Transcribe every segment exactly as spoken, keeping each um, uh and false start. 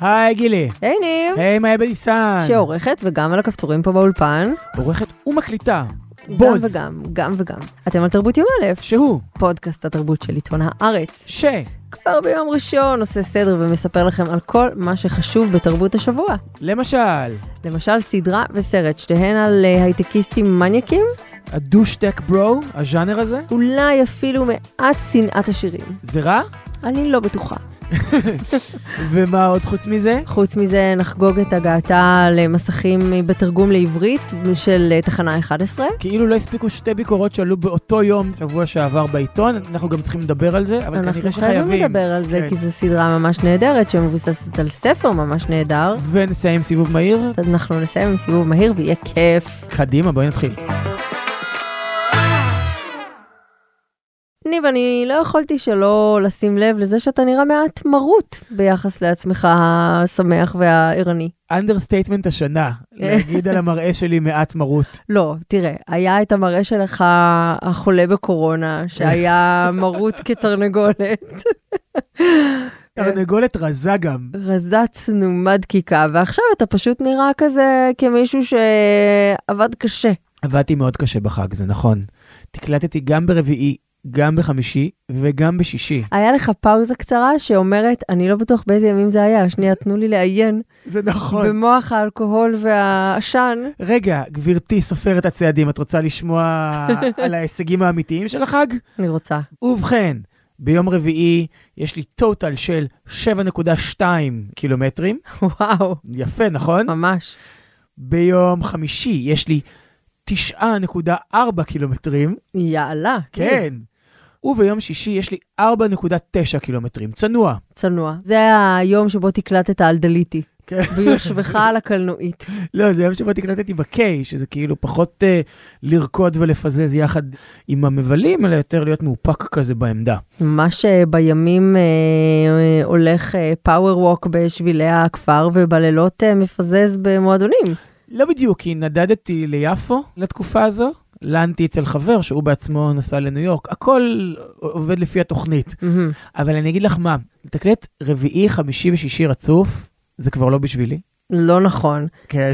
היי גילי. היי ניב. היי מאיה בניסן. שעורכת וגם על הכפתורים פה באולפן. עורכת ומקליטה. גם בוז. וגם, גם וגם. אתם על תרבות יום א', שהוא. פודקאסט התרבות של עיתון הארץ. ש. כבר ביום ראשון עושה סדר ומספר לכם על כל מה שחשוב בתרבות השבוע. למשל. למשל סדרה וסרט, שתיהן על uh, הייטקיסטים מניאקים. הדושטק ברו, הז'אנר הזה. אולי אפילו מעט שנאת השירים. זה רע? אני לא בטוחה. ומה עוד חוץ מזה? חוץ מזה נחגוג את הגעתה למסכים בתרגום לעברית של תחנה אחת עשרה. כאילו לא הספיקו שתי ביקורות שעלו באותו יום שבוע שעבר בעיתון, אנחנו גם צריכים לדבר על זה, אבל כנראה שחייבים. אנחנו חייבים לדבר על זה, כן. כי זו סדרה ממש נהדרת, שמבוססת על ספר ממש נהדר. ונסיים סיבוב מהיר. אנחנו נסיים עם סיבוב מהיר ויהיה כיף. קדימה, בואי נתחיל. ניב, אני לא יכולתי שלא לשים לב לזה שאתה נראה מעט מרות ביחס לעצמך השמח והערני. אנדרסטייטמנט השנה, להגיד על המראה שלי מעט מרות. לא, תראה, היה את המראה שלך החולה בקורונה, שהיה מרות כתרנגולת. תרנגולת רזה גם. רזה צנומה דקיקה, ועכשיו אתה פשוט נראה כזה כמישהו שעבד קשה. עבדתי מאוד קשה בחג, זה נכון. תקלטתי גם ברביעי, גם בחמישי וגם בשישי. היה לך פאוזה קצרה שאומרת, אני לא בטוח באיזה ימים זה היה, שנייה, תנו לי לעיין. זה נכון. במוח האלכוהול והעשן. רגע, גברתי סופרת הצעדים, את רוצה לשמוע על ההישגים האמיתיים של החג? אני רוצה. ובכן, ביום רביעי יש לי טוטל של שבע נקודה שתיים קילומטרים. וואו. יפה, נכון? ממש. ביום חמישי יש לי תשע נקודה ארבע קילומטרים. יאללה. כן. וביום שישי יש לי ארבע נקודה תשע קילומטרים. צנוע. צנוע. זה היום שבו תקלטת על דליתי. כן. ויושבך על הקלנועית. לא, זה היום שבו תקלטתי בקיי, שזה כאילו פחות uh, לרקוד ולפזז יחד עם המבלים, אלא יותר להיות מאופק כזה בעמדה. מה שבימים uh, הולך פאוור uh, ווק בשבילי הכפר, ובלילות uh, מפזז במועדונים. לא בדיוק, כי נדדתי ליפו לתקופה הזו, לנתי אצל חבר שהוא בעצמו נסע לניו יורק, הכל עובד לפי התוכנית. Mm-hmm. אבל אני אגיד לך מה, תקלט רביעי, חמישי ושישי רצוף, זה כבר לא בשבילי. לא נכון. כן.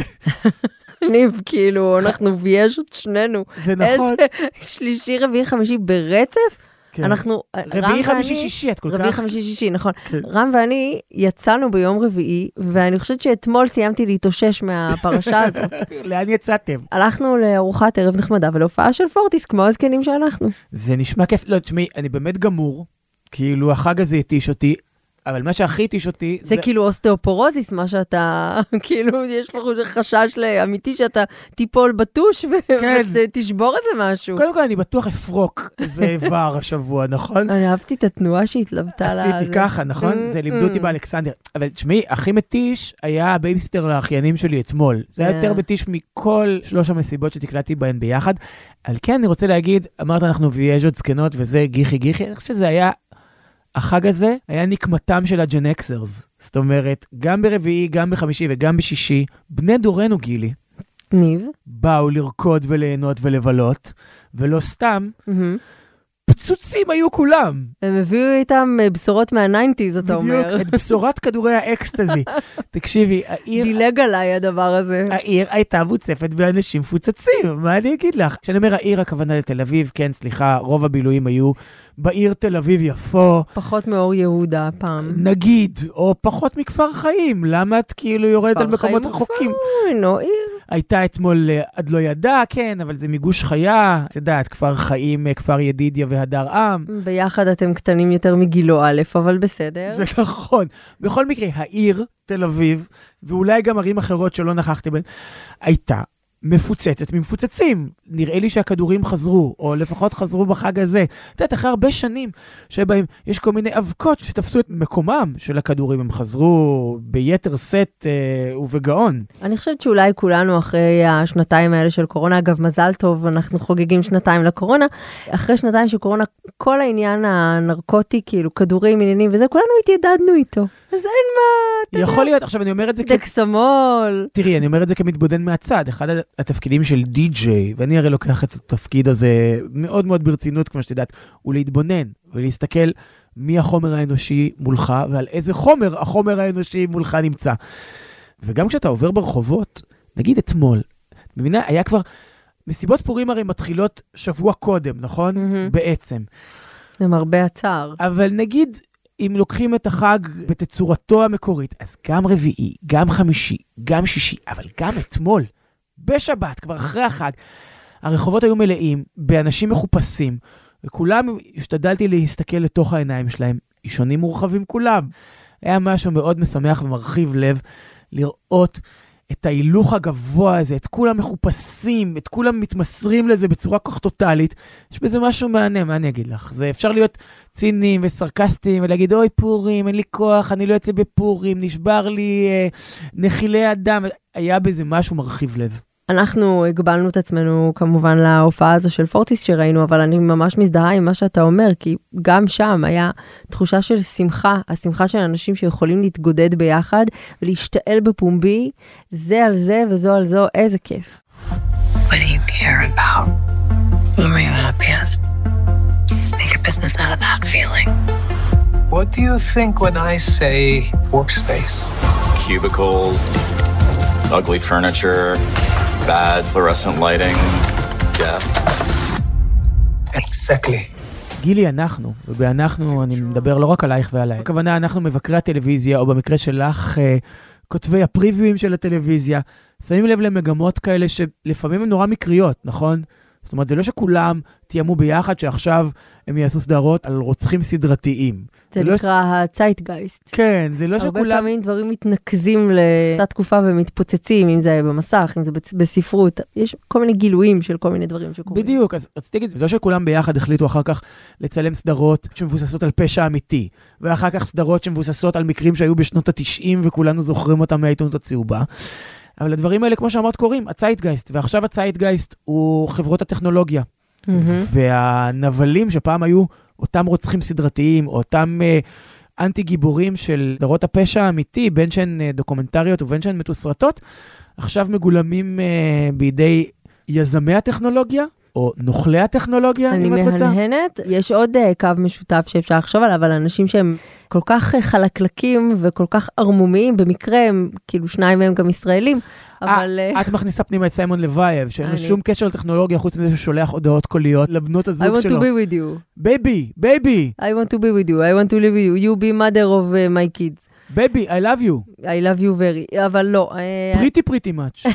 ניב, כאילו, אנחנו ויש את שנינו. זה נכון. איזה שלישי, רביעי, חמישי ברצף? כן. אנחנו, רביעי, חמישי, שישי, את כל כך. רביעי, חמישי, שישי, נכון. כן. רם ואני יצאנו ביום רביעי, ואני חושבת שאתמול סיימתי להתאושש מהפרשה הזאת. לאן יצאתם? הלכנו לארוחת ערב נחמדה ולהופעה של פורטיס, כמו הזקנים שאנחנו. זה נשמע כיף. לא, תשמעי, אני באמת גמור, כאילו החג הזה יתיש אותי, אבל מה שהכי יתיש אותי... זה, זה כאילו אוסטאופורוזיס, מה שאתה, כאילו, יש לך חשש לאמיתי שאתה טיפול בטוש כן. ותשבור איזה משהו. קודם כל, אני בטוח אפרוק איזה איבר השבוע, נכון? אני אהבתי את התנועה שהתלבטה לה. עשיתי ככה, נכון? זה לימדו אותי באלכסנדר. אבל תשמעי, הכי מתיש היה הבייביסטר לאחיינים שלי אתמול. זה היה יותר מתיש מכל שלוש המסיבות שתקלטתי בהן ביחד. על כן, אני רוצה להגיד, אמרת אנחנו ויאז'ות זקנות וזה גיחי גיחי, אני חושב שזה היה... החג הזה היה נקמתם של הג'נקסרס. זאת אומרת, גם ברביעי, גם בחמישי וגם בשישי, בני דורנו גילי. ניב. באו לרקוד וליהנות ולבלות, ולא סתם, Mm-hmm. פצוצים היו כולם. הם הביאו איתם בשורות מהניינטיז, אתה אומר. בדיוק, את בשורת כדורי האקסטזי. תקשיבי, העיר... דילג עליי הדבר הזה. העיר הייתה מוצפת באנשים פוצצים, מה אני אגיד לך? כשאני אומר העיר, הכוונה לתל אביב, כן, סליחה, רוב הבילויים היו בעיר תל אביב יפו. פחות מאור יהודה פעם. נגיד, או פחות מכפר חיים, למה את כאילו יורדת על מקומות רחוקים? נו, עיר. הייתה אתמול עד לא ידע, כן, אבל זה מגוש חיה, את יודעת, כפר חיים, כפר ידידיה והדר עם. ביחד אתם קטנים יותר מגילו א', אבל בסדר. זה נכון. בכל מקרה, העיר, תל אביב, ואולי גם ערים אחרות שלא נכחתי בהן, הייתה מפוצצת ממפוצצים. נראה לי שהכדורים חזרו, או לפחות חזרו בחג הזה. את יודעת, אחרי הרבה שנים שבהם יש כל מיני אבקות שתפסו את מקומם של הכדורים, הם חזרו ביתר סט אה, ובגאון. אני חושבת שאולי כולנו אחרי השנתיים האלה של קורונה, אגב, מזל טוב, אנחנו חוגגים שנתיים לקורונה, אחרי שנתיים של קורונה, כל העניין הנרקוטי, כאילו כדורים, עניינים וזה, כולנו התיידדנו איתו. אז אין מה... יכול להיות, עכשיו אני אומר את זה... דקסמול. תראי, אני אומר את זה כמתבודד מהצד, אחד התפקידים של די-ג'יי, ואני הרי לוקח את התפקיד הזה מאוד מאוד ברצינות, כמו שאת יודעת, הוא להתבונן ולהסתכל מי החומר האנושי מולך, ועל איזה חומר החומר האנושי מולך נמצא. וגם כשאתה עובר ברחובות, נגיד אתמול, מבינה, היה כבר, מסיבות פורים הרי מתחילות שבוע קודם, נכון? Mm-hmm. בעצם. זה מרבה הצער. אבל נגיד, אם לוקחים את החג בתצורתו המקורית, אז גם רביעי, גם חמישי, גם שישי, אבל גם אתמול, בשבת, כבר אחרי החג, הרחובות היו מלאים, באנשים מחופשים, וכולם, השתדלתי להסתכל לתוך העיניים שלהם, אישונים מורחבים כולם. היה משהו מאוד משמח ומרחיב לב, לראות את ההילוך הגבוה הזה, את כולם מחופשים, את כולם מתמסרים לזה בצורה כך טוטלית. יש בזה משהו מענה, מה אני אגיד לך? זה אפשר להיות ציניים וסרקסטיים, ולהגיד, אוי פורים, אין לי כוח, אני לא יוצא בפורים, נשבר לי אה, נחילי אדם. היה בזה משהו מרחיב לב. אנחנו הגבלנו את עצמנו כמובן להופעה הזו של פורטיס שראינו, אבל אני ממש מזדהה עם מה שאתה אומר, כי גם שם היה תחושה של שמחה, השמחה של אנשים שיכולים להתגודד ביחד ולהשתעל בפומבי, זה על זה וזו על זו, איזה כיף. What do you care about? When were you happiest? Make a business out of that feeling. What do you think when I say workspace? Cubicles, ugly furniture, bad fluorescent lighting, death. Exactly. גילי, אנחנו, ובאנחנו אני מדבר לא רק עלייך ועליי. הכוונה, אנחנו מבקרי הטלוויזיה, או במקרה שלך, אה, כותבי הפריוויים של הטלוויזיה, שמים לב למגמות כאלה שלפעמים הן נורא מקריות, נכון? זאת אומרת, זה לא שכולם תיאמו ביחד שעכשיו הם יעשו סדרות על רוצחים סדרתיים. זה נקרא הצייטגייסט. כן, זה לא שכולם... הרבה פעמים דברים מתנקזים לאותה תקופה ומתפוצצים, אם זה במסך, אם זה בספרות. יש כל מיני גילויים של כל מיני דברים שקורים. בדיוק, אז רציתי להגיד, זה לא שכולם ביחד החליטו אחר כך לצלם סדרות שמבוססות על פשע אמיתי, ואחר כך סדרות שמבוססות על מקרים שהיו בשנות ה-תשעים וכולנו זוכרים אותם מהעיתונות הצהובה. אבל הדברים האלה, כמו שאמרת, קוראים, הצייטגייסט, ועכשיו הצייטגייסט הוא חברות הטכנולוגיה. Mm-hmm. והנבלים שפעם היו אותם רוצחים סדרתיים, או אותם uh, אנטי גיבורים של סדרות הפשע האמיתי, בין שהן uh, דוקומנטריות ובין שהן מתוסרטות, עכשיו מגולמים uh, בידי יזמי הטכנולוגיה, או נוכלי הטכנולוגיה, אם את רוצה. אני מהנהנת. יש עוד uh, קו משותף שאפשר לחשוב עליו, אבל אנשים שהם כל כך uh, חלקלקים וכל כך ערמומיים, במקרה הם, כאילו שניים מהם גם ישראלים, אבל... את מכניסה פנימה את סיימון לוייב, שאין לו שום קשר לטכנולוגיה, חוץ מזה ששולח הודעות קוליות לבנות הזוג שלו. I want to be with you. Baby, baby. I want to be with you. I want to live with you. You be mother of uh, my kids. Baby, I love you. I love you very. אבל לא. pretty pretty much.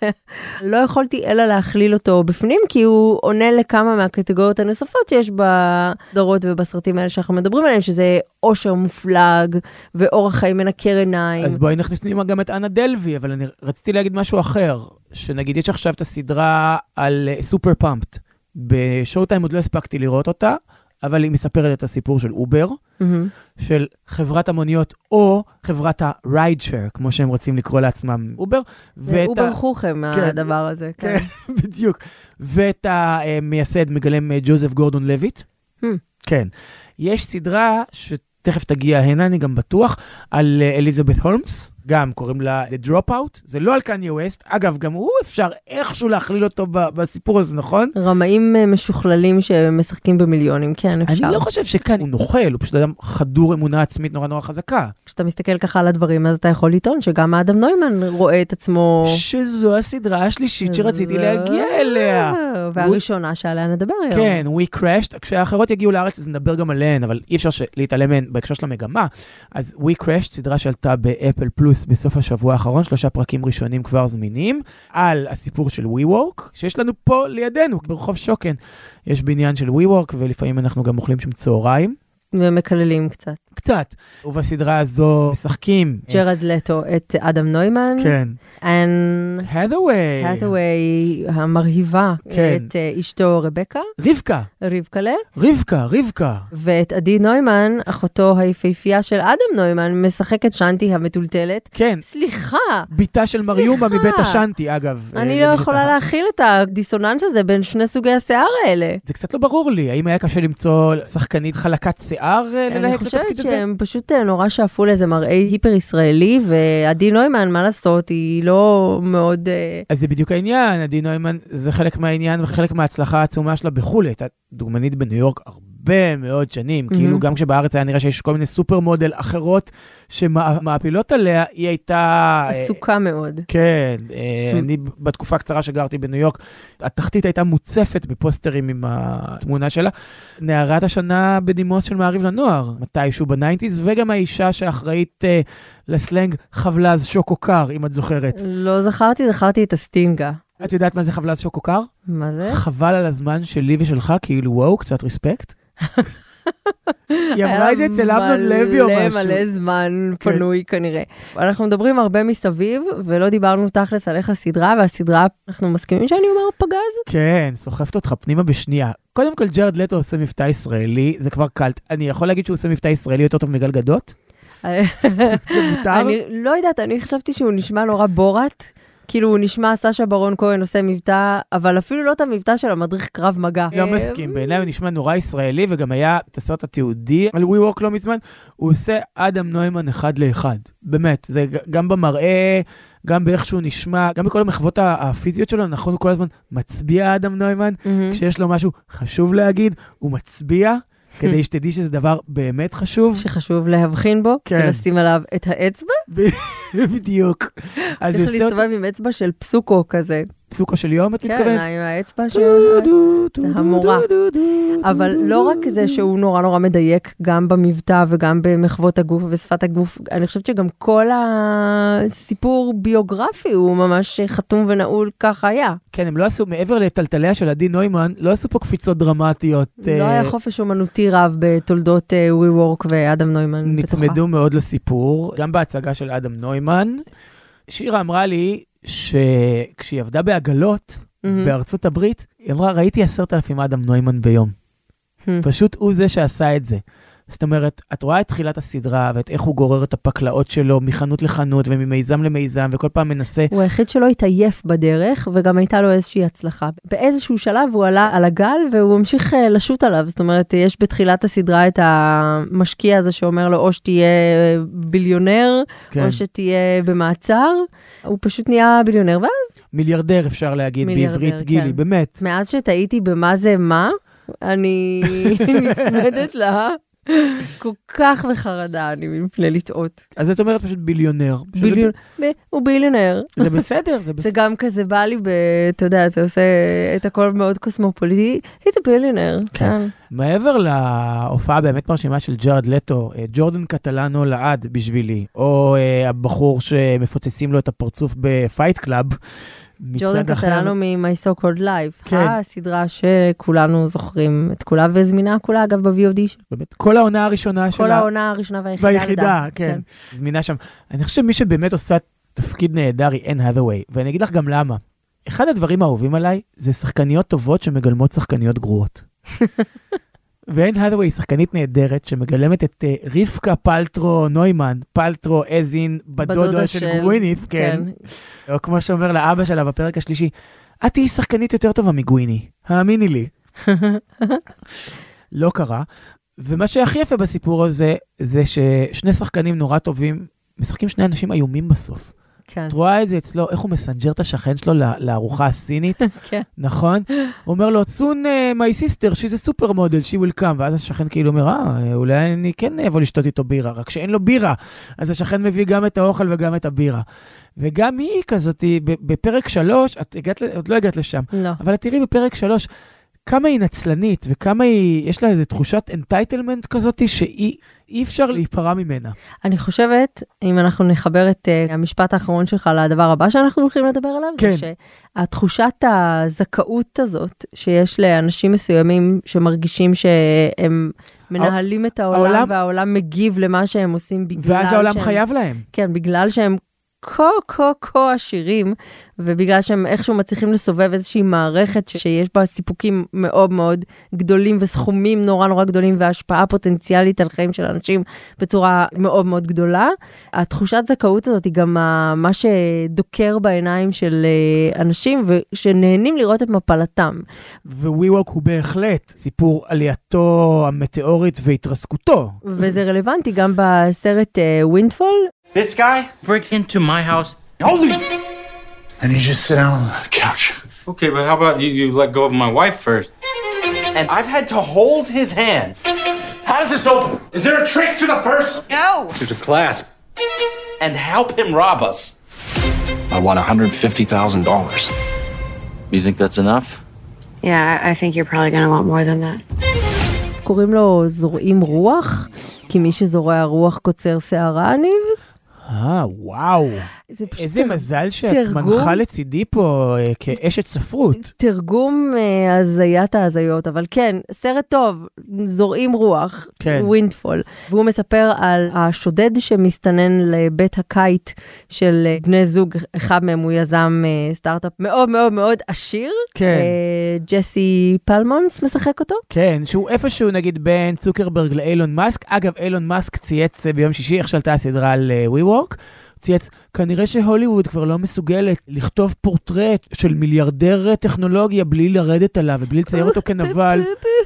לא יכולתי אלא להכליל אותו בפנים, כי הוא עונה לכמה מהקטגוריות הנוספות שיש בסדרות ובסרטים האלה שאנחנו מדברים עליהם, שזה אושר מופלג ואורח חיים מנקר עיניים. אז בואי נכניס פנימה גם את אנה דלוי, אבל אני רציתי להגיד משהו אחר, שנגיד יש עכשיו את הסדרה על סופר פאמפט. בשואו טיים עוד לא הספקתי לראות אותה, אבל היא מספרת את הסיפור של אובר, mm-hmm. של חברת המוניות, או חברת ה-rideshare, כמו שהם רוצים לקרוא לעצמם אובר. זה אובר ה... חוכם, כן, הדבר הזה. כן, כן. בדיוק. ואת המייסד מגלם ג'וזף גורדון לויט. Hmm. כן. יש סדרה שתכף תגיע הנה, אני גם בטוח, על אליזבת הולמס, גם קוראים לה The Dropout, זה לא על קניה ווסט, אגב, גם הוא אפשר איכשהו להכליל אותו בסיפור הזה, נכון? רמאים משוכללים שמשחקים במיליונים, כן, אפשר. אני לא חושב שכאן הוא נוכל, הוא פשוט אדם חדור אמונה עצמית נורא נורא חזקה. כשאתה מסתכל ככה על הדברים, אז אתה יכול לטעון שגם האדם נוימן רואה את עצמו... שזו הסדרה השלישית שרציתי להגיע אליה. והראשונה שעליה נדבר היום. כן, We Crashed, כשהאחרות יגיעו לארץ, אז נדבר גם עליהן, אבל אי אפשר להתעלם מהן בהקשר של המגמה. אז We Crashed, סדרה שעלתה באפל פלוס בסוף השבוע האחרון, שלושה פרקים ראשונים כבר זמינים, על הסיפור של WeWork, שיש לנו פה לידינו, ברחוב שוקן. יש בניין של WeWork, ולפעמים אנחנו גם אוכלים שם צהריים. ומקללים קצת. קצת. ובסדרה הזו משחקים. ג'רד לטו את אדם נוימן. כן. אנ... Hathaway. Hathaway המרהיבה. כן. את אשתו רבקה. רבקה. רבקלה. רבקה, רבקה. ואת עדי נוימן, אחותו היפהפייה של אדם נוימן, משחקת שנטי המטולטלת. כן. סליחה. ביתה של מריומה מבית השנטי, אגב. אני לא יכולה להכיל את הדיסוננס הזה בין שני סוגי השיער האלה. זה קצת לא ברור לי. האם היה קשה למצוא שחקנית חלקת שיער ללהק לתפקיד הזה? אני חושבת שהם פשוט נורא שאפו לאיזה מראה היפר ישראלי, ועדי נוימן, מה לעשות, היא לא מאוד... אז זה בדיוק העניין. עדי נוימן זה חלק מהעניין וחלק מההצלחה העצומה שלה בחו"ל. הייתה דוגמנית בניו יורק הרבה הרבה מאוד שנים, כאילו גם כשבארץ היה נראה שיש כל מיני סופר מודל אחרות שמעפילות עליה, היא הייתה... עסוקה מאוד. כן, אני בתקופה קצרה שגרתי בניו יורק, התחתית הייתה מוצפת בפוסטרים עם התמונה שלה. נערת השנה בדימוס של מעריב לנוער, מתישהו בניינטיז, וגם האישה שאחראית לסלנג חבלז שוקו-קר, אם את זוכרת. לא זכרתי, זכרתי את הסטינגה. את יודעת מה זה חבלז שוקו-קר? מה זה? חבל על הזמן שלי ושלך, כאילו וואו, קצת רספקט. היא אמרה את זה אצל אמנון לוי או משהו. מלא מלא זמן פנוי כנראה. אנחנו מדברים הרבה מסביב, ולא דיברנו תכלס על איך הסדרה, והסדרה, אנחנו מסכימים שאני אומר פגז? כן, סוחפת אותך פנימה בשנייה. קודם כל, ג'רד לטו עושה מבטא ישראלי, זה כבר קלט. אני יכול להגיד שהוא עושה מבטא ישראלי יותר טוב מגל גדות? זה מותר? אני לא יודעת, אני חשבתי שהוא נשמע נורא בורת, כאילו הוא נשמע סשה ברון כהן עושה מבטא, אבל אפילו לא את המבטא של המדריך קרב מגע. לא מסכים, בעיניי הוא נשמע נורא ישראלי, וגם היה את הסרט התיעודי על WeWork לא מזמן, הוא עושה אדם נוימן אחד לאחד. באמת, זה גם במראה, גם באיך שהוא נשמע, גם בכל המחוות הפיזיות שלו, נכון, הוא כל הזמן מצביע אדם נוימן, כשיש לו משהו חשוב להגיד, הוא מצביע, כדי שתדעי שזה דבר באמת חשוב. שחשוב להבחין בו, ולשים עליו את האצבע. בדיוק. צריך להסתובב עם אצבע של פסוקו כזה. פסוקו של יום, את מתכוונת? כן, עם האצבע של המורה. אבל לא רק זה שהוא נורא נורא מדייק, גם במבטא וגם במחוות הגוף ושפת הגוף. אני חושבת שגם כל הסיפור ביוגרפי הוא ממש חתום ונעול, ככה היה. כן, הם לא עשו, מעבר לטלטליה של עדי נוימן, לא עשו פה קפיצות דרמטיות. לא היה חופש אומנותי רב בתולדות WeWork ואדם נוימן. נצמדו מאוד לסיפור, גם בהצגה של אדם נוימן. שירה אמרה לי, שכשהיא עבדה בעגלות mm-hmm. בארצות הברית, היא אמרה, ראיתי עשרת אלפים אדם נוימן ביום. Mm-hmm. פשוט הוא זה שעשה את זה. זאת אומרת, את רואה את תחילת הסדרה, ואת איך הוא גורר את הפקלאות שלו, מחנות לחנות, וממיזם למיזם, וכל פעם מנסה... הוא היחיד שלא התעייף בדרך, וגם הייתה לו איזושהי הצלחה. באיזשהו שלב הוא עלה על הגל, והוא המשיך לשוט עליו. זאת אומרת, יש בתחילת הסדרה את המשקיע הזה שאומר לו, או שתהיה ביליונר, כן. או שתהיה במעצר. הוא פשוט נהיה ביליונר, ואז... מיליארדר אפשר להגיד, מיליארדר, בעברית גילי, כן. באמת. מאז שטעיתי במה זה מה, אני נצמדת לה... כל כך בחרדה, אני מפני לטעות. אז את אומרת פשוט ביליונר. הוא ביליונר. זה בסדר, זה בסדר. זה גם כזה בא לי, אתה יודע, זה עושה את הכל מאוד קוסמופוליטי. he's a billionaire. כן. מעבר להופעה באמת מרשימה של ג'רד לטו, ג'ורדן קטלנו לעד בשבילי, או הבחור שמפוצצים לו את הפרצוף בפייט קלאב, ג'ורדן קטלנו מ-My So Called Life, הסדרה שכולנו זוכרים את כולה, וזמינה כולה אגב ב-וי או די. באמת, כל העונה הראשונה שלה. כל העונה הראשונה והיחידה. והיחידה, כן. זמינה שם. אני חושב שמי שבאמת עושה תפקיד נהדר היא אן האת'ווי, ואני אגיד לך גם למה. אחד הדברים האהובים עליי זה שחקניות טובות שמגלמות שחקניות גרועות. ואן האת'ווי היא שחקנית נהדרת שמגלמת את uh, רבקה פלטרו נוימן, פלטרו אזין בדודו של, של גווינית, כן. כן. או כמו שאומר לאבא שלה בפרק השלישי, את תהי שחקנית יותר טובה מגוויני, האמיני לי. לא קרה. ומה שהכי יפה בסיפור הזה, זה ששני שחקנים נורא טובים, משחקים שני אנשים איומים בסוף. את רואה את זה אצלו, איך הוא מסנג'ר את השכן שלו לארוחה הסינית, נכון? הוא אומר לו, soon my sister, she's a super model, she will come, ואז השכן כאילו אומר, אה, אולי אני כן אבוא לשתות איתו בירה, רק שאין לו בירה, אז השכן מביא גם את האוכל וגם את הבירה. וגם היא כזאת, בפרק שלוש, את עוד לא הגעת לשם, אבל את תראי בפרק שלוש, כמה היא נצלנית, וכמה היא, יש לה איזו תחושת אנטייטלמנט כזאת, שהיא, אי אפשר להיפרע ממנה. אני חושבת, אם אנחנו נחבר את uh, המשפט האחרון שלך לדבר הבא שאנחנו הולכים לדבר עליו, כן. זה שהתחושת הזכאות הזאת, שיש לאנשים מסוימים שמרגישים שהם מנהלים את העולם, העולם, והעולם מגיב למה שהם עושים בגלל ואז העולם שהם, חייב להם. כן, בגלל שהם כה כה כה עשירים, ובגלל שהם איכשהו מצליחים לסובב איזושהי מערכת שיש בה סיפוקים מאוד מאוד גדולים, וסכומים נורא נורא גדולים, והשפעה פוטנציאלית על חיים של אנשים בצורה מאוד מאוד גדולה. התחושת זכאות הזאת היא גם מה שדוקר בעיניים של אנשים, ושנהנים לראות את מפלתם. ו-WeWork הוא בהחלט סיפור עלייתו המטאורית והתרסקותו. וזה רלוונטי גם בסרט Windfall. This guy breaks into my house. Holy! And you just sit down on the couch. Okay, but how about you, you let go of my wife first? and I've had to hold his hand. How does this open? Is there a trick to the purse? No! There's a clasp. And help him rob us. I want one hundred fifty thousand dollars. You think that's enough? Yeah, I think you're probably gonna want more than that. קוראים לו זורעים רוח, כי מי שזורע רוח קוצר שערה, ניב. אה, וואו. איזה מזל שאת מנחה לצידי פה כאשת ספרות. תרגום הזיית ההזיות, אבל כן, סרט טוב, זורעים רוח, ווינדפול. והוא מספר על השודד שמסתנן לבית הקיט של בני זוג, אחד מהם הוא יזם סטארט-אפ מאוד מאוד מאוד עשיר. כן. ג'סי פלמונס משחק אותו. כן, שהוא איפשהו נגיד בין צוקרברג לאילון מאסק. אגב, אילון מאסק צייץ ביום שישי, איך שלטה הסדרה על WeWork. צייץ, כנראה שהוליווד כבר לא מסוגלת לכתוב פורטרט של מיליארדר טכנולוגיה בלי לרדת עליו ובלי לצייר אותו כנבל.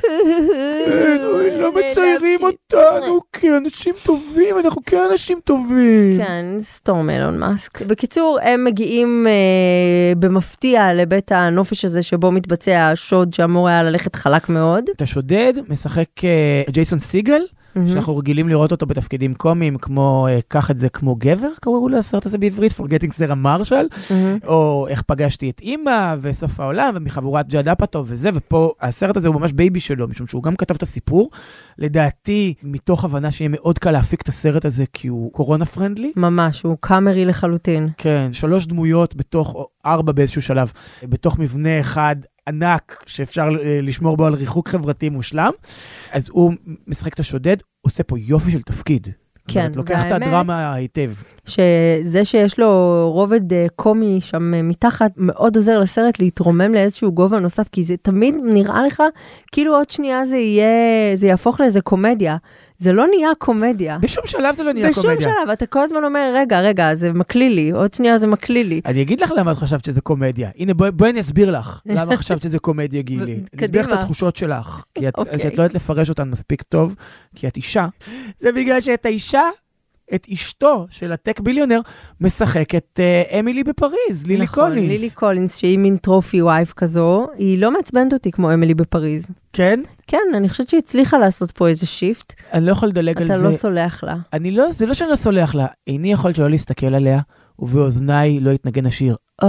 לא מציירים אותנו כאנשים טובים, אנחנו כאנשים טובים. כן, סתום אילון מאסק. בקיצור, הם מגיעים במפתיע לבית הנופש הזה שבו מתבצע השוד שאמור היה ללכת חלק מאוד. את השודד משחק ג'ייסון סיגל, שאנחנו רגילים לראות אותו בתפקידים קומיים, כמו, קח את זה כמו גבר, קראו לסרט הזה בעברית, Forgetting Sarah Marshall, או איך פגשתי את אימא, וסוף העולם, ומחבורת ג'אד אפאטו וזה, ופה הסרט הזה הוא ממש בייבי שלו, משום שהוא גם כתב את הסיפור, לדעתי, מתוך הבנה שיהיה מאוד קל להפיק את הסרט הזה, כי הוא קורונה פרנדלי. ממש, הוא קאמרי לחלוטין. כן, שלוש דמויות בתוך, או ארבע באיזשהו שלב, בתוך מבנה אחד, ענק שאפשר לשמור בו על ריחוק חברתי מושלם, אז הוא משחק את השודד, עושה פה יופי של תפקיד. כן, לוקח את הדרמה היטב. שזה שיש לו רובד קומי שם מתחת, מאוד עוזר לסרט להתרומם לאיזשהו גובה נוסף, כי זה תמיד נראה לך, כאילו עוד שנייה זה יהיה, זה יהפוך לאיזה קומדיה. זה לא נהיה קומדיה. בשום שלב זה לא נהיה בשום קומדיה. בשום שלב, אתה כל הזמן אומר, רגע, רגע, זה מקליל לי, עוד שנייה זה מקליל לי. אני אגיד לך למה את חשבת שזה קומדיה. הנה, בואי בוא אני אסביר לך למה חשבת שזה קומדיה, גילי. אני אסביר לך את התחושות שלך, כי את, okay. את לא יודעת לפרש אותן מספיק טוב, כי את אישה. זה בגלל שאת האישה, את אשתו של הטק ביליונר, משחקת uh, אמילי בפריז, לילי נכון, קולינס. לילי קולינס, שהיא מין טרופי וייף כזו, היא לא מעצבנת אותי כמו אמילי בפריז. כן? כן, אני חושבת שהיא הצליחה לעשות פה איזה שיפט. אני לא יכול לדלג על זה. אתה לא סולח לה. אני לא, זה לא שאני לא סולח לה. איני יכול שלא להסתכל עליה, ובאוזניי לא יתנגן השיר. Oh,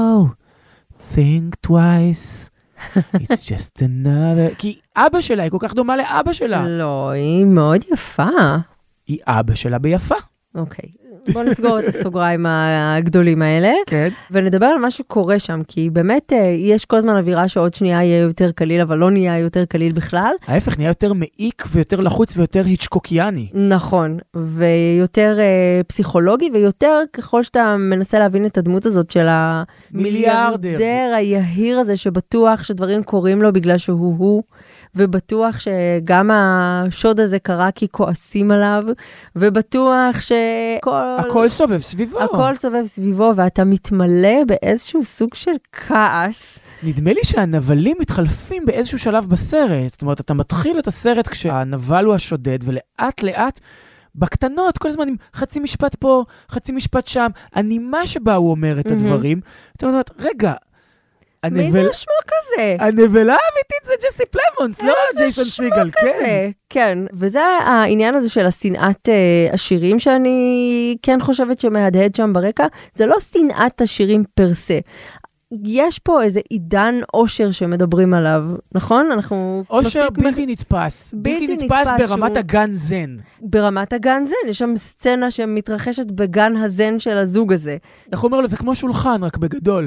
think twice. It's just another... כי אבא שלה, היא כל כך דומה לאבא שלה. לא, היא מאוד יפה. היא אבא שלה ביפה. אוקיי. בוא נסגור את הסוגריים הגדולים האלה. כן. ונדבר על מה שקורה שם, כי באמת יש כל הזמן אווירה שעוד שנייה יהיה יותר קליל, אבל לא נהיה יותר קליל בכלל. ההפך, נהיה יותר מעיק ויותר לחוץ ויותר היצ'קוקיאני. נכון, ויותר uh, פסיכולוגי, ויותר ככל שאתה מנסה להבין את הדמות הזאת של המיליארדר היהיר הזה, שבטוח שדברים קורים לו בגלל שהוא הוא, ובטוח שגם השוד הזה קרה כי כועסים עליו, ובטוח שכל... הכל סובב סביבו. הכל סובב סביבו, ואתה מתמלא באיזשהו סוג של כעס. נדמה לי שהנבלים מתחלפים באיזשהו שלב בסרט. זאת אומרת, אתה מתחיל את הסרט כשהנבל הוא השודד, ולאט לאט, בקטנות, כל הזמן עם חצי משפט פה, חצי משפט שם, הנימה שבה הוא אומר את הדברים. אתה אומרת, רגע, מי זה השמו כזה? הנבלה האמיתית זה ג'סי פלמונס, לא ג'ייסון סיגל, כן. כן, וזה העניין הזה של השנאת השירים שאני כן חושבת שמהדהד שם ברקע, זה לא שנאת השירים פרסה. יש פה איזה עידן אושר שמדברים עליו, נכון? אנחנו... אושר בלתי נתפס. בלתי נתפס ברמת הגן זן. ברמת הגן זן, יש שם סצנה שמתרחשת בגן הזן של הזוג הזה. איך אומר לו, זה כמו שולחן, רק בגדול.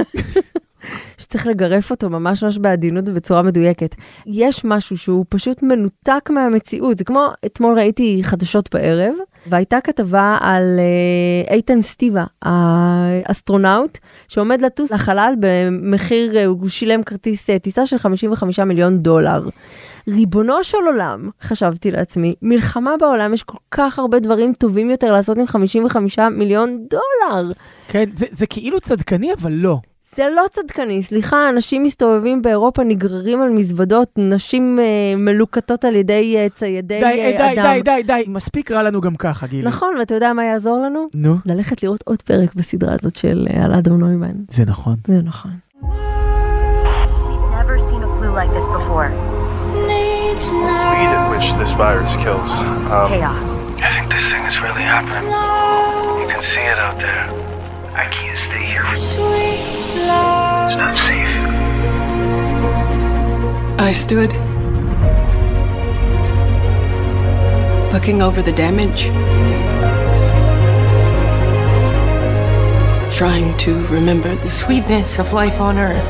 שצריך לגרף אותו ממש ממש בעדינות ובצורה מדויקת. יש משהו שהוא פשוט מנותק מהמציאות. זה כמו, אתמול ראיתי חדשות בערב, והייתה כתבה על uh, איתן סטיבה, האסטרונאוט, שעומד לטוס לחלל במחיר, הוא שילם כרטיס טיסה של חמישים וחמישה מיליון דולר. ריבונו של עולם, חשבתי לעצמי, מלחמה בעולם, יש כל כך הרבה דברים טובים יותר לעשות עם חמישים וחמישה מיליון דולר. כן, זה, זה כאילו צדקני, אבל לא. זה לא צדקני, סליחה, אנשים מסתובבים באירופה, נגררים על מזוודות, נשים אה, מלוקטות על ידי אה, ציידי די, אה, די, אדם. די, די, די, מספיק רע לנו גם ככה, גילי. נכון, ואתה יודע מה יעזור לנו? נו. ללכת לראות עוד פרק בסדרה הזאת של אה, אלאדו נוימן. זה נכון. זה נכון. Never seen a flu like this before. speed at which this virus kills. Um, Chaos. I think this thing is really happening. You can see it out there. I can't stay here. It's not safe. I stood, looking over the damage, trying to remember the sweetness of life on earth.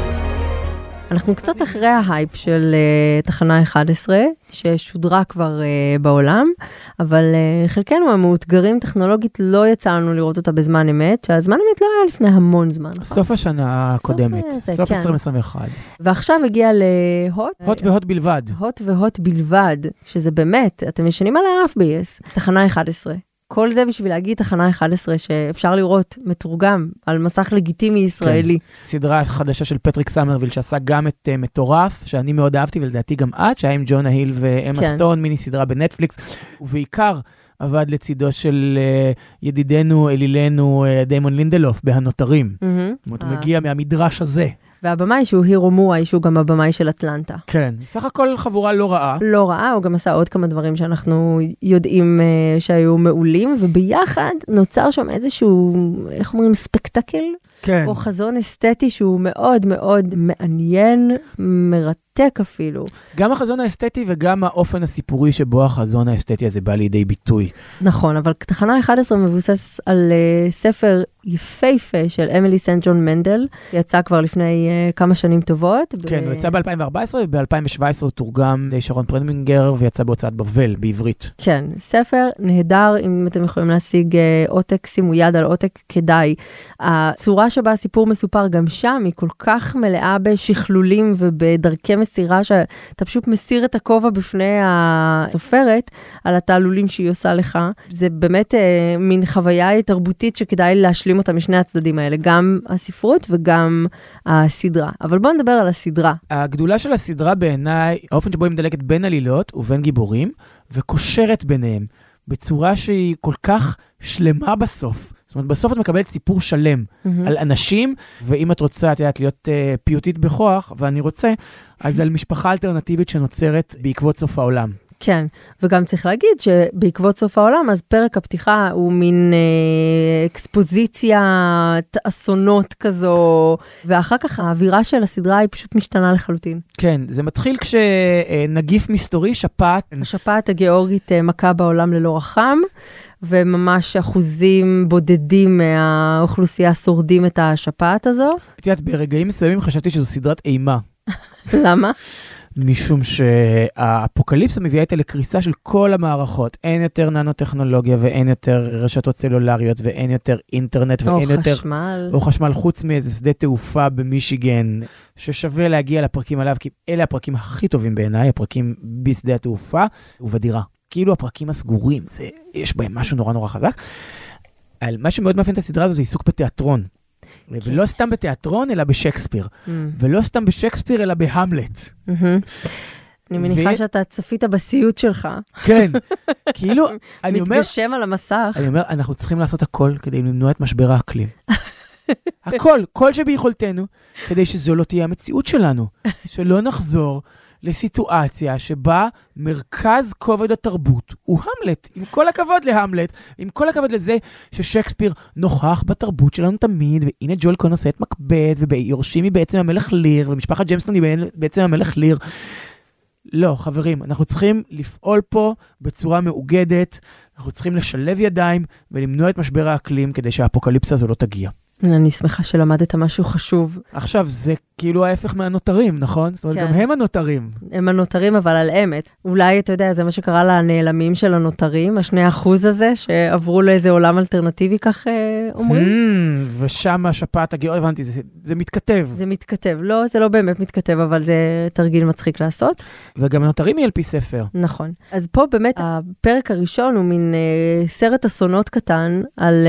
אנחנו קצת אחרי ההייפ של uh, תחנה אחת עשרה, ששודרה כבר uh, בעולם, אבל uh, חלקנו המאותגרים טכנולוגית לא יצא לנו לראות אותה בזמן אמת, שהזמן אמת לא היה לפני המון זמן. סוף השנה הקודמת, סוף, זה, סוף כן. עשרים עשרים ואחת. ועכשיו הגיע להוט. הוט והוט בלבד. הוט והוט בלבד, שזה באמת, אתם ישנים על האף בייס, תחנה אחת עשרה. כל זה בשביל להגיד תחנה אחת עשרה שאפשר לראות מתורגם על מסך לגיטימי ישראלי. כן. סדרה חדשה של פטריק סמרוויל שעשה גם את uh, מטורף, שאני מאוד אהבתי ולדעתי גם את, שהיה עם ג'ונה היל ואמה כן. סטון, מיני סדרה בנטפליקס, ובעיקר עבד לצידו של uh, ידידנו, אלילנו, uh, דיימון לינדלוף בהנותרים. Mm-hmm. זאת אומרת, הוא מגיע מהמדרש הזה. והבמאי שהוא הירו מואי, שהוא גם הבמאי של אטלנטה. כן, סך הכל חבורה לא רעה. לא רעה, הוא גם עשה עוד כמה דברים שאנחנו יודעים uh, שהיו מעולים, וביחד נוצר שם איזשהו, איך אומרים, ספקטקל? כן. או חזון אסתטי שהוא מאוד מאוד מעניין, מרתק אפילו. גם החזון האסתטי וגם האופן הסיפורי שבו החזון האסתטי הזה בא לידי ביטוי. נכון, אבל תחנה אחת עשרה מבוסס על uh, ספר יפהפה של אמילי סנט ג'ון מנדל, יצא כבר לפני uh, כמה שנים טובות. כן, ב... הוא יצא ב-אלפיים וארבע עשרה, וב-אלפיים שבע עשרה הוא תורגם לשרון פרמינגר, ויצא בהוצאת בבל, בעברית. כן, ספר נהדר, אם אתם יכולים להשיג uh, עותק, שימו יד על עותק, כדאי. הצורה שבה הסיפור מסופר גם שם, היא כל כך מלאה בשכלולים ובדרכי מסירה, שאתה פשוט מסיר את הכובע בפני הסופרת, על התעלולים שהיא עושה לך. זה באמת uh, מין חוויה תרבותית שכדאי להשלים אותה משני הצדדים האלה, גם הספרות וגם הסדרה. אבל בואו נדבר על הסדרה. הגדולה של הסדרה בעיניי, האופן שבו היא מדלקת בין עלילות ובין גיבורים, וקושרת ביניהם, בצורה שהיא כל כך שלמה בסוף. זאת אומרת, בסוף את מקבלת סיפור שלם mm-hmm. על אנשים, ואם את רוצה, את יודעת, להיות uh, פיוטית בכוח, ואני רוצה, אז על משפחה אלטרנטיבית שנוצרת בעקבות סוף העולם. כן, וגם צריך להגיד שבעקבות סוף העולם, אז פרק הפתיחה הוא מין אה, אקספוזיציית אסונות כזו, ואחר כך האווירה של הסדרה היא פשוט משתנה לחלוטין. כן, זה מתחיל כשנגיף מסתורי, שפעת. השפעת הגיאורגית מכה בעולם ללא רחם, וממש אחוזים בודדים מהאוכלוסייה שורדים את השפעת הזו. את יודעת, ברגעים מסוימים חשבתי שזו סדרת אימה. למה? משום שהאפוקליפסה מביאה איתה לקריסה של כל המערכות. אין יותר ננו-טכנולוגיה, ואין יותר רשתות סלולריות, ואין יותר אינטרנט, ואין או יותר... חשמל. או חשמל, חוץ מאיזה שדה תעופה במישיגן, ששווה להגיע לפרקים עליו, כי אלה הפרקים הכי טובים בעיניי, הפרקים בשדה התעופה ובדירה. כאילו הפרקים הסגורים, זה, יש בהם משהו נורא נורא חזק. על מה שמאוד מאפיין את הסדרה הזו, זה עיסוק בתיאטרון. ולא סתם בתיאטרון, אלא בשקספיר. ולא סתם בשקספיר, אלא בהמלט. אני מניחה שאתה צפית בסיוט שלך. כן. כאילו, אני אומר... מתגשם על המסך. אני אומר, אנחנו צריכים לעשות הכל כדי למנוע את משבר האקלים. הכל, כל שביכולתנו, כדי שזו לא תהיה המציאות שלנו. שלא נחזור לסיטואציה שבה מרכז כובד התרבות הוא המלט. עם כל הכבוד להמלט, עם כל הכבוד לזה ששייקספיר נוכח בתרבות שלנו תמיד, והנה ג'ואל קון עושה את מקבט, וביורשים היא בעצם המלך ליר, ומשפחת ג'יימסטון היא בעצם המלך ליר. לא, חברים, אנחנו צריכים לפעול פה בצורה מאוגדת, אנחנו צריכים לשלב ידיים ולמנוע את משבר האקלים כדי שהאפוקליפסה הזו לא תגיע. אני שמחה שלמדת משהו חשוב. עכשיו, זה כאילו ההפך מהנותרים, נכון? זאת אומרת, גם הם הנותרים. הם הנותרים, אבל על אמת. אולי, אתה יודע, זה מה שקרה לנעלמים של הנותרים, השני אחוז הזה, שעברו לאיזה עולם אלטרנטיבי, כך אומרים. ושם השפעת הגיאו, הבנתי, זה מתכתב. זה מתכתב. לא, זה לא באמת מתכתב, אבל זה תרגיל מצחיק לעשות. וגם הנותרים היא על פי ספר. נכון. אז פה באמת, הפרק הראשון הוא מין סרט אסונות קטן, על...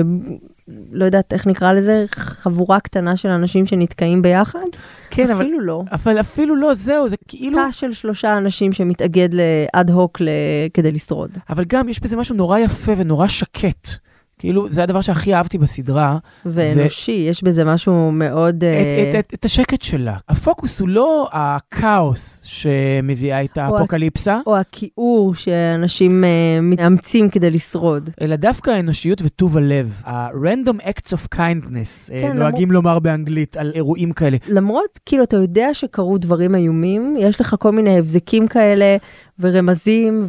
לא יודעת איך נקרא לזה, חבורה קטנה של אנשים שנתקעים ביחד. כן, אפילו אבל, לא. אבל אפילו לא, זהו, זה כאילו... תא של שלושה אנשים שמתאגד לאד הוק כדי לשרוד. אבל גם יש בזה משהו נורא יפה ונורא שקט. כאילו, זה הדבר שהכי אהבתי בסדרה. ואנושי, יש בזה משהו מאוד... את, את, את, את השקט שלה. הפוקוס הוא לא הכאוס שמביאה את האפוקליפסה. או הכיעור שאנשים uh, מתאמצים כדי לשרוד. אלא דווקא האנושיות וטוב הלב. ה-random acts of kindness, כן, נוהגים למר... לומר באנגלית על אירועים כאלה. למרות, כאילו, אתה יודע שקרו דברים איומים, יש לך כל מיני הבזקים כאלה, ורמזים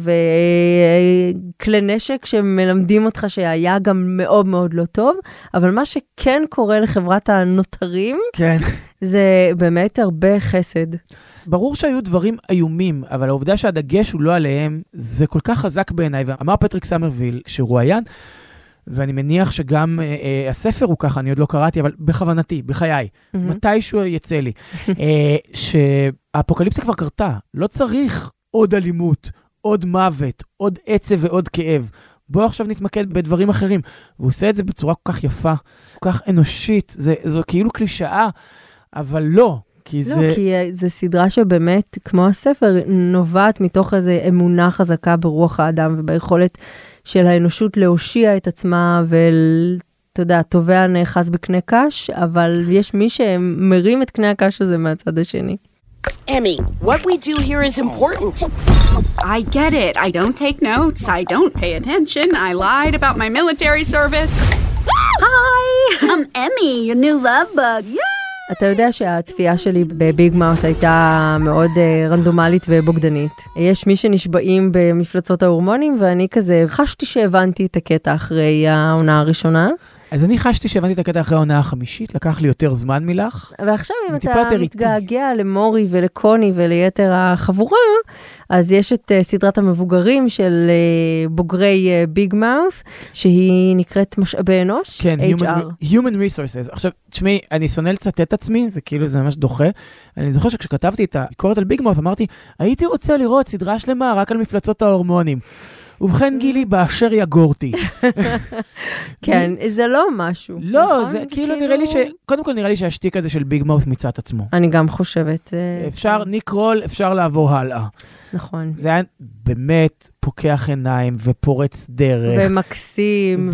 וכלי נשק שמלמדים אותך שהיה גם מאוד מאוד לא טוב, אבל מה שכן קורה לחברת הנותרים, כן. זה באמת הרבה חסד. ברור שהיו דברים איומים, אבל העובדה שהדגש הוא לא עליהם, זה כל כך חזק בעיניי. ואמר פטריק סמרוויל, כשרואיין, ואני מניח שגם אה, אה, הספר הוא ככה, אני עוד לא קראתי, אבל בכוונתי, בחיי, mm-hmm. מתישהו יצא לי, אה, שהאפוקליפסה כבר קרתה, לא צריך עוד אלימות, עוד מוות, עוד עצב ועוד כאב. בואו עכשיו נתמקד בדברים אחרים. והוא עושה את זה בצורה כל כך יפה, כל כך אנושית, זה, זו כאילו קלישאה, אבל לא. כי לא, זה... כי זה סדרה שבאמת, כמו הספר, נובעת מתוך איזו אמונה חזקה ברוח האדם וביכולת של האנושות להושיע את עצמה ואתה יודע, תובע נאחז בקנה קש, אבל יש מי שמרים את קנה הקש הזה מהצד השני. Emmy, what we do here is important. I get it. I don't take notes. I don't pay attention. I lied about my military service. Hi, I'm Emmy, your new love bug. Yeah. אתה יודע שהצפייה שלי בביג מאוט הייתה מאוד uh, רנדומלית ובוגדנית. יש מי שנשבעים במפלצות ההורמונים, ואני כזה חשתי שהבנתי את הקטע אחרי העונה הראשונה. אז אני חשתי שהבנתי את הקטע אחרי העונה החמישית, לקח לי יותר זמן מלך. ועכשיו אם אתה מתגעגע למורי ולקוני וליתר החבורה, אז יש את uh, סדרת המבוגרים של uh, בוגרי uh, ביג מאות' שהיא נקראת משאבי אנוש, כן, H R. Human, human Resources. עכשיו, תשמעי, אני שונא לצטט את עצמי, זה כאילו, זה ממש דוחה. אני זוכר שכשכתבתי את הביקורת על ביג מאות' אמרתי, הייתי רוצה לראות סדרה שלמה רק על מפלצות ההורמונים. ובכן גילי, באשר יגורתי. כן, זה לא משהו. לא, זה כאילו נראה לי ש... קודם כל נראה לי שהשתיק הזה של ביג מאות' מצאת עצמו. אני גם חושבת. אפשר, ניק רול, אפשר לעבור הלאה. נכון. זה היה באמת פוקח עיניים ופורץ דרך. ומקסים.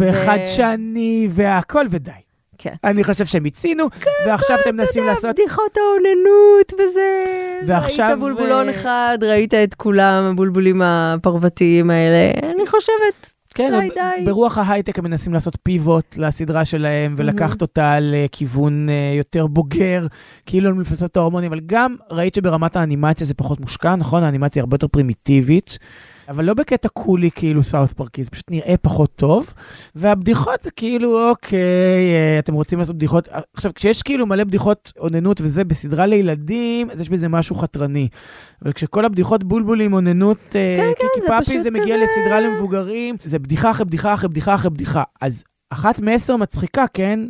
וחדשני והכל ודי. כן. אני חושב שהם הצינו, ועכשיו אתם מנסים לעשות... בדיחות העוננות וזה... ועכשיו... ראית בולבולון אחד, ראית את כולם, הבולבולים הפרוותיים האלה. אני חושבת, די די. ברוח ההייטק הם מנסים לעשות פיבוט לסדרה שלהם, ולקחת אותה לכיוון יותר בוגר, כאילו מפלצות ההורמונים, אבל גם ראית שברמת האנימציה זה פחות מושקע, נכון? האנימציה הרבה יותר פרימיטיבית. אבל לא בקטע קולי כאילו סאות' פארקי, זה פשוט נראה פחות טוב, והבדיחות זה כאילו, אוקיי, אתם רוצים לעשות בדיחות, עכשיו, כשיש כאילו מלא בדיחות עוננות וזה בסדרה לילדים, אז יש בזה משהו חתרני, אבל כשכל הבדיחות בולבולים עוננות, כן, כן, קיקי פאפי, זה מגיע לסדרה למבוגרים, זה בדיחה אחרי בדיחה אחרי בדיחה אחרי בדיחה, אז אחת מעשר מצחיקה, כן?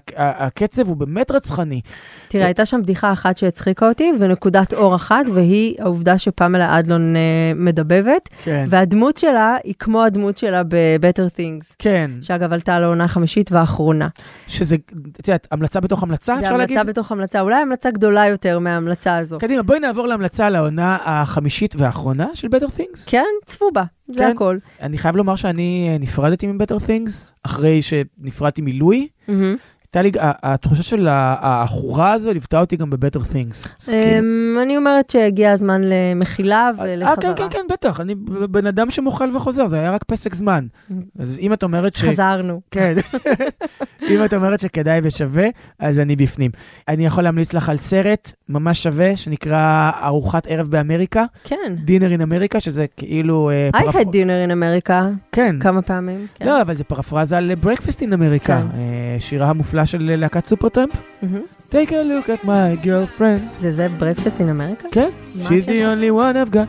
והקצב הוא באמת רצחני. תראה, הייתה שם בדיחה אחת שהצחיקה אותי, ונקודת אור אחת, והיא העובדה שפמלה אדלון מדבבת, כן. והדמות שלה היא כמו הדמות שלה ב-Better Things. כן. שאגב, עלתה לעונה החמישית והאחרונה. שזה, את יודעת, המלצה בתוך המלצה, אפשר להגיד? זה המלצה בתוך המלצה, אולי המלצה גדולה יותר מההמלצה הזו. קדימה, בואי נעבור להמלצה לעונה החמישית והאחרונה של Better Things. כן, צפו בה, זה כן. הכל. אני חייב לומר שאני נפרדתי מ-Better Things, אחרי שנפרדתי מלואי. Mm-hmm. הייתה לי, התחושה של האחורה הזו ליוותה אותי גם ב-Better Things. אני אומרת שהגיע הזמן למחילה ולחזרה. כן, כן, כן, בטח. אני בן אדם שמוכל וחוזר, זה היה רק פסק זמן. אז אם את אומרת ש... חזרנו. כן. אם את אומרת שכדאי ושווה, אז אני בפנים. אני יכול להמליץ לך על סרט ממש שווה, שנקרא ארוחת ערב באמריקה. כן. דינר אין אמריקה, שזה כאילו... I had dinner in America. כן. כמה פעמים. לא, אבל זה פרפרזה ל-Breakfast in America. שירה המופלא של להקת סופרטראמפ. Take a look at my girlfriend. זה זה Breakfast in America? כן. She's the only one I've got.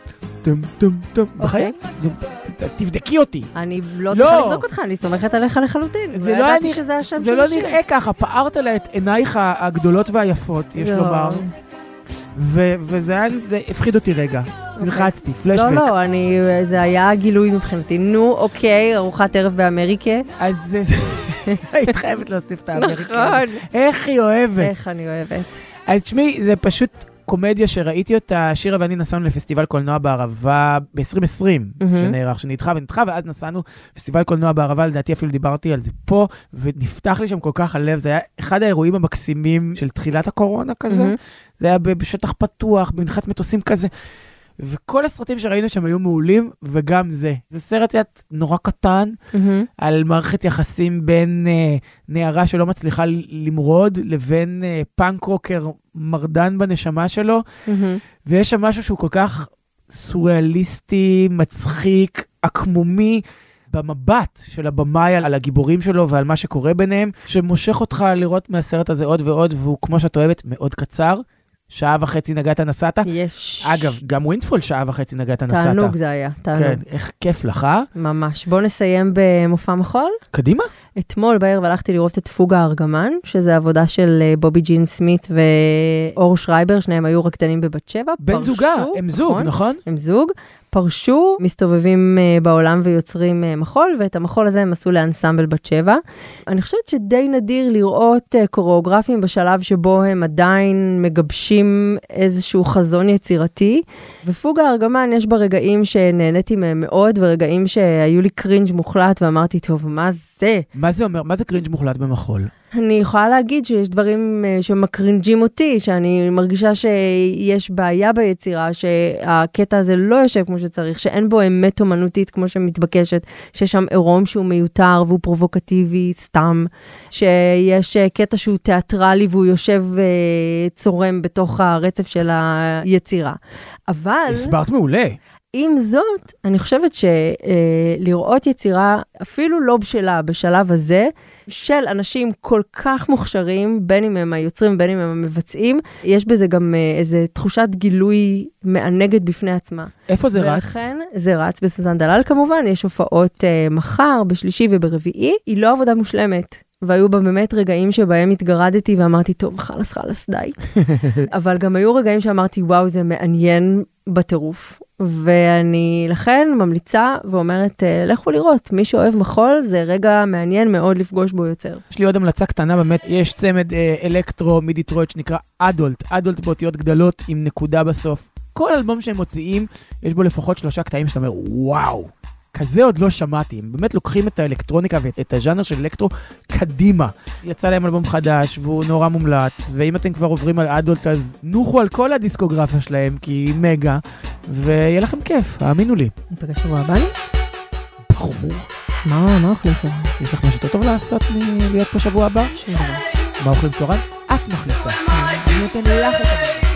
טום טום טום. בחיים? תבדקי אותי. אני לא צריכה לבדוק אותך, אני סומכת עליך לחלוטין. זה לא נראה ככה, פערת לה את עינייך הגדולות והיפות, יש לומר. וזה הפחיד אותי רגע. נלחצתי, פלשבק. לא, לא, זה היה גילוי מבחינתי. נו, אוקיי, ארוחת ערב באמריקה. אז זה... היית חייבת להוסיף את האמריקה. נכון. איך היא אוהבת. איך אני אוהבת. אז תשמעי, זה פשוט קומדיה שראיתי אותה, שירה ואני נסענו לפסטיבל קולנוע בערבה ב-עשרים עשרים, mm-hmm. שנערך, שנדחה ונדחה, ואז נסענו פסטיבל קולנוע בערבה, לדעתי אפילו דיברתי על זה פה, ונפתח לי שם כל כך הלב, זה היה אחד האירועים המקסימים של תחילת הקורונה כזה, mm-hmm. זה היה בשטח פתוח, במנחת מטוסים כזה, וכל הסרטים שראינו שם היו מעולים, וגם זה. זה סרט יד נורא קטן, mm-hmm. על מערכת יחסים בין uh, נערה שלא מצליחה למרוד, לבין uh, פאנק רוקר מרדן בנשמה שלו, mm-hmm. ויש שם משהו שהוא כל כך סוריאליסטי, מצחיק, עקמומי, במבט של הבמאי על הגיבורים שלו ועל מה שקורה ביניהם, שמושך אותך לראות מהסרט הזה עוד ועוד, והוא כמו שאת אוהבת, מאוד קצר. שעה וחצי נגעת נסעת. יש. אגב, גם ווינדפול שעה וחצי נגעת נסעת. תענוג זה היה, תענוג. כן, איך כיף לך, אה? ממש. בואו נסיים במופע מחול. קדימה. אתמול בערב הלכתי לראות את פוג הארגמן, שזה עבודה של בובי ג'ין סמית ואור שרייבר, שניהם היו רקדנים בבת שבע. בן זוגה, הם זוג, נכון? הם זוג. פרשו, מסתובבים בעולם ויוצרים מחול, ואת המחול הזה הם עשו לאנסמבל בת שבע. אני חושבת שדי נדיר לראות קוריאוגרפים בשלב שבו הם עדיין מגבשים איזשהו חזון יצירתי, ופוג הארגמן יש בה רגעים שנהניתי מהם מאוד, ורגעים שהיו לי קרינג' מוחלט, ואמרתי, טוב, מה זה? מה זה אומר? מה זה קרינג' מוחלט במחול? אני יכולה להגיד שיש דברים שמקרינג'ים אותי, שאני מרגישה שיש בעיה ביצירה, שהקטע הזה לא יושב כמו שצריך, שאין בו אמת אומנותית כמו שמתבקשת, שיש שם עירום שהוא מיותר והוא פרובוקטיבי סתם, שיש קטע שהוא תיאטרלי והוא יושב צורם בתוך הרצף של היצירה. אבל... הסברת מעולה. עם זאת, אני חושבת שלראות יצירה אפילו לא בשלה בשלב הזה, של אנשים כל כך מוכשרים, בין אם הם היוצרים, בין אם הם המבצעים, יש בזה גם איזו תחושת גילוי מענגת בפני עצמה. איפה זה רץ? ולכן זה רץ בסוזן דלל כמובן, יש הופעות מחר, בשלישי וברביעי, היא לא עבודה מושלמת. והיו בה באמת רגעים שבהם התגרדתי ואמרתי, טוב, חלס, חלס, די. אבל גם היו רגעים שאמרתי, וואו, זה מעניין בטירוף. ואני לכן ממליצה ואומרת, לכו לראות, מי שאוהב מחול, זה רגע מעניין מאוד לפגוש בו יוצר. יש לי עוד המלצה קטנה, באמת, יש צמד אה, אלקטרו מדיטרויט שנקרא אדולט, אדולט באותיות גדלות עם נקודה בסוף. כל אלבום שהם מוציאים, יש בו לפחות שלושה קטעים שאתה אומר, וואו. כזה עוד לא שמעתי, הם באמת לוקחים את האלקטרוניקה ואת הז'אנר של אלקטרו קדימה. יצא להם אלבום חדש והוא נורא מומלץ, ואם אתם כבר עוברים על אדולט אז נוחו על כל הדיסקוגרפיה שלהם, כי היא מגה, ויהיה לכם כיף, האמינו לי. נפגש שבוע הבא? ברור. מה, מה אוכלים צהריים? יש לך משהו יותר טוב לעשות מלהיות פה שבוע הבא? שום דבר. מה אוכלים צהריים? את מחליטה. אני נותן לך את זה.